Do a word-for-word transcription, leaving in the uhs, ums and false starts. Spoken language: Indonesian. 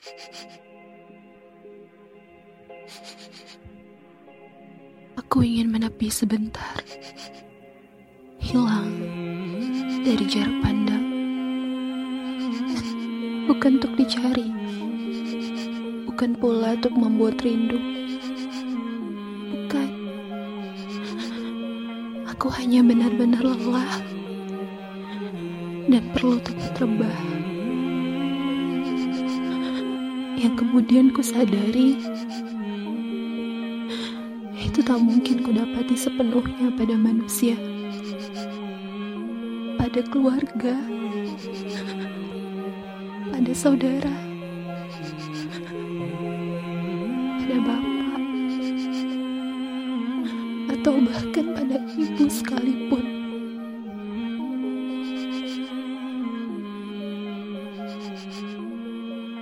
Aku ingin menepi sebentar, hilang dari jarak pandang. Bukan untuk dicari, bukan pula untuk membuat rindu. Bukan. Aku hanya benar-benar lelah dan perlu tempat rebahan. Yang kemudian ku sadari, itu tak mungkin ku dapati sepenuhnya pada manusia, pada keluarga, pada saudara, pada bapak, atau bahkan pada ibu sekalipun.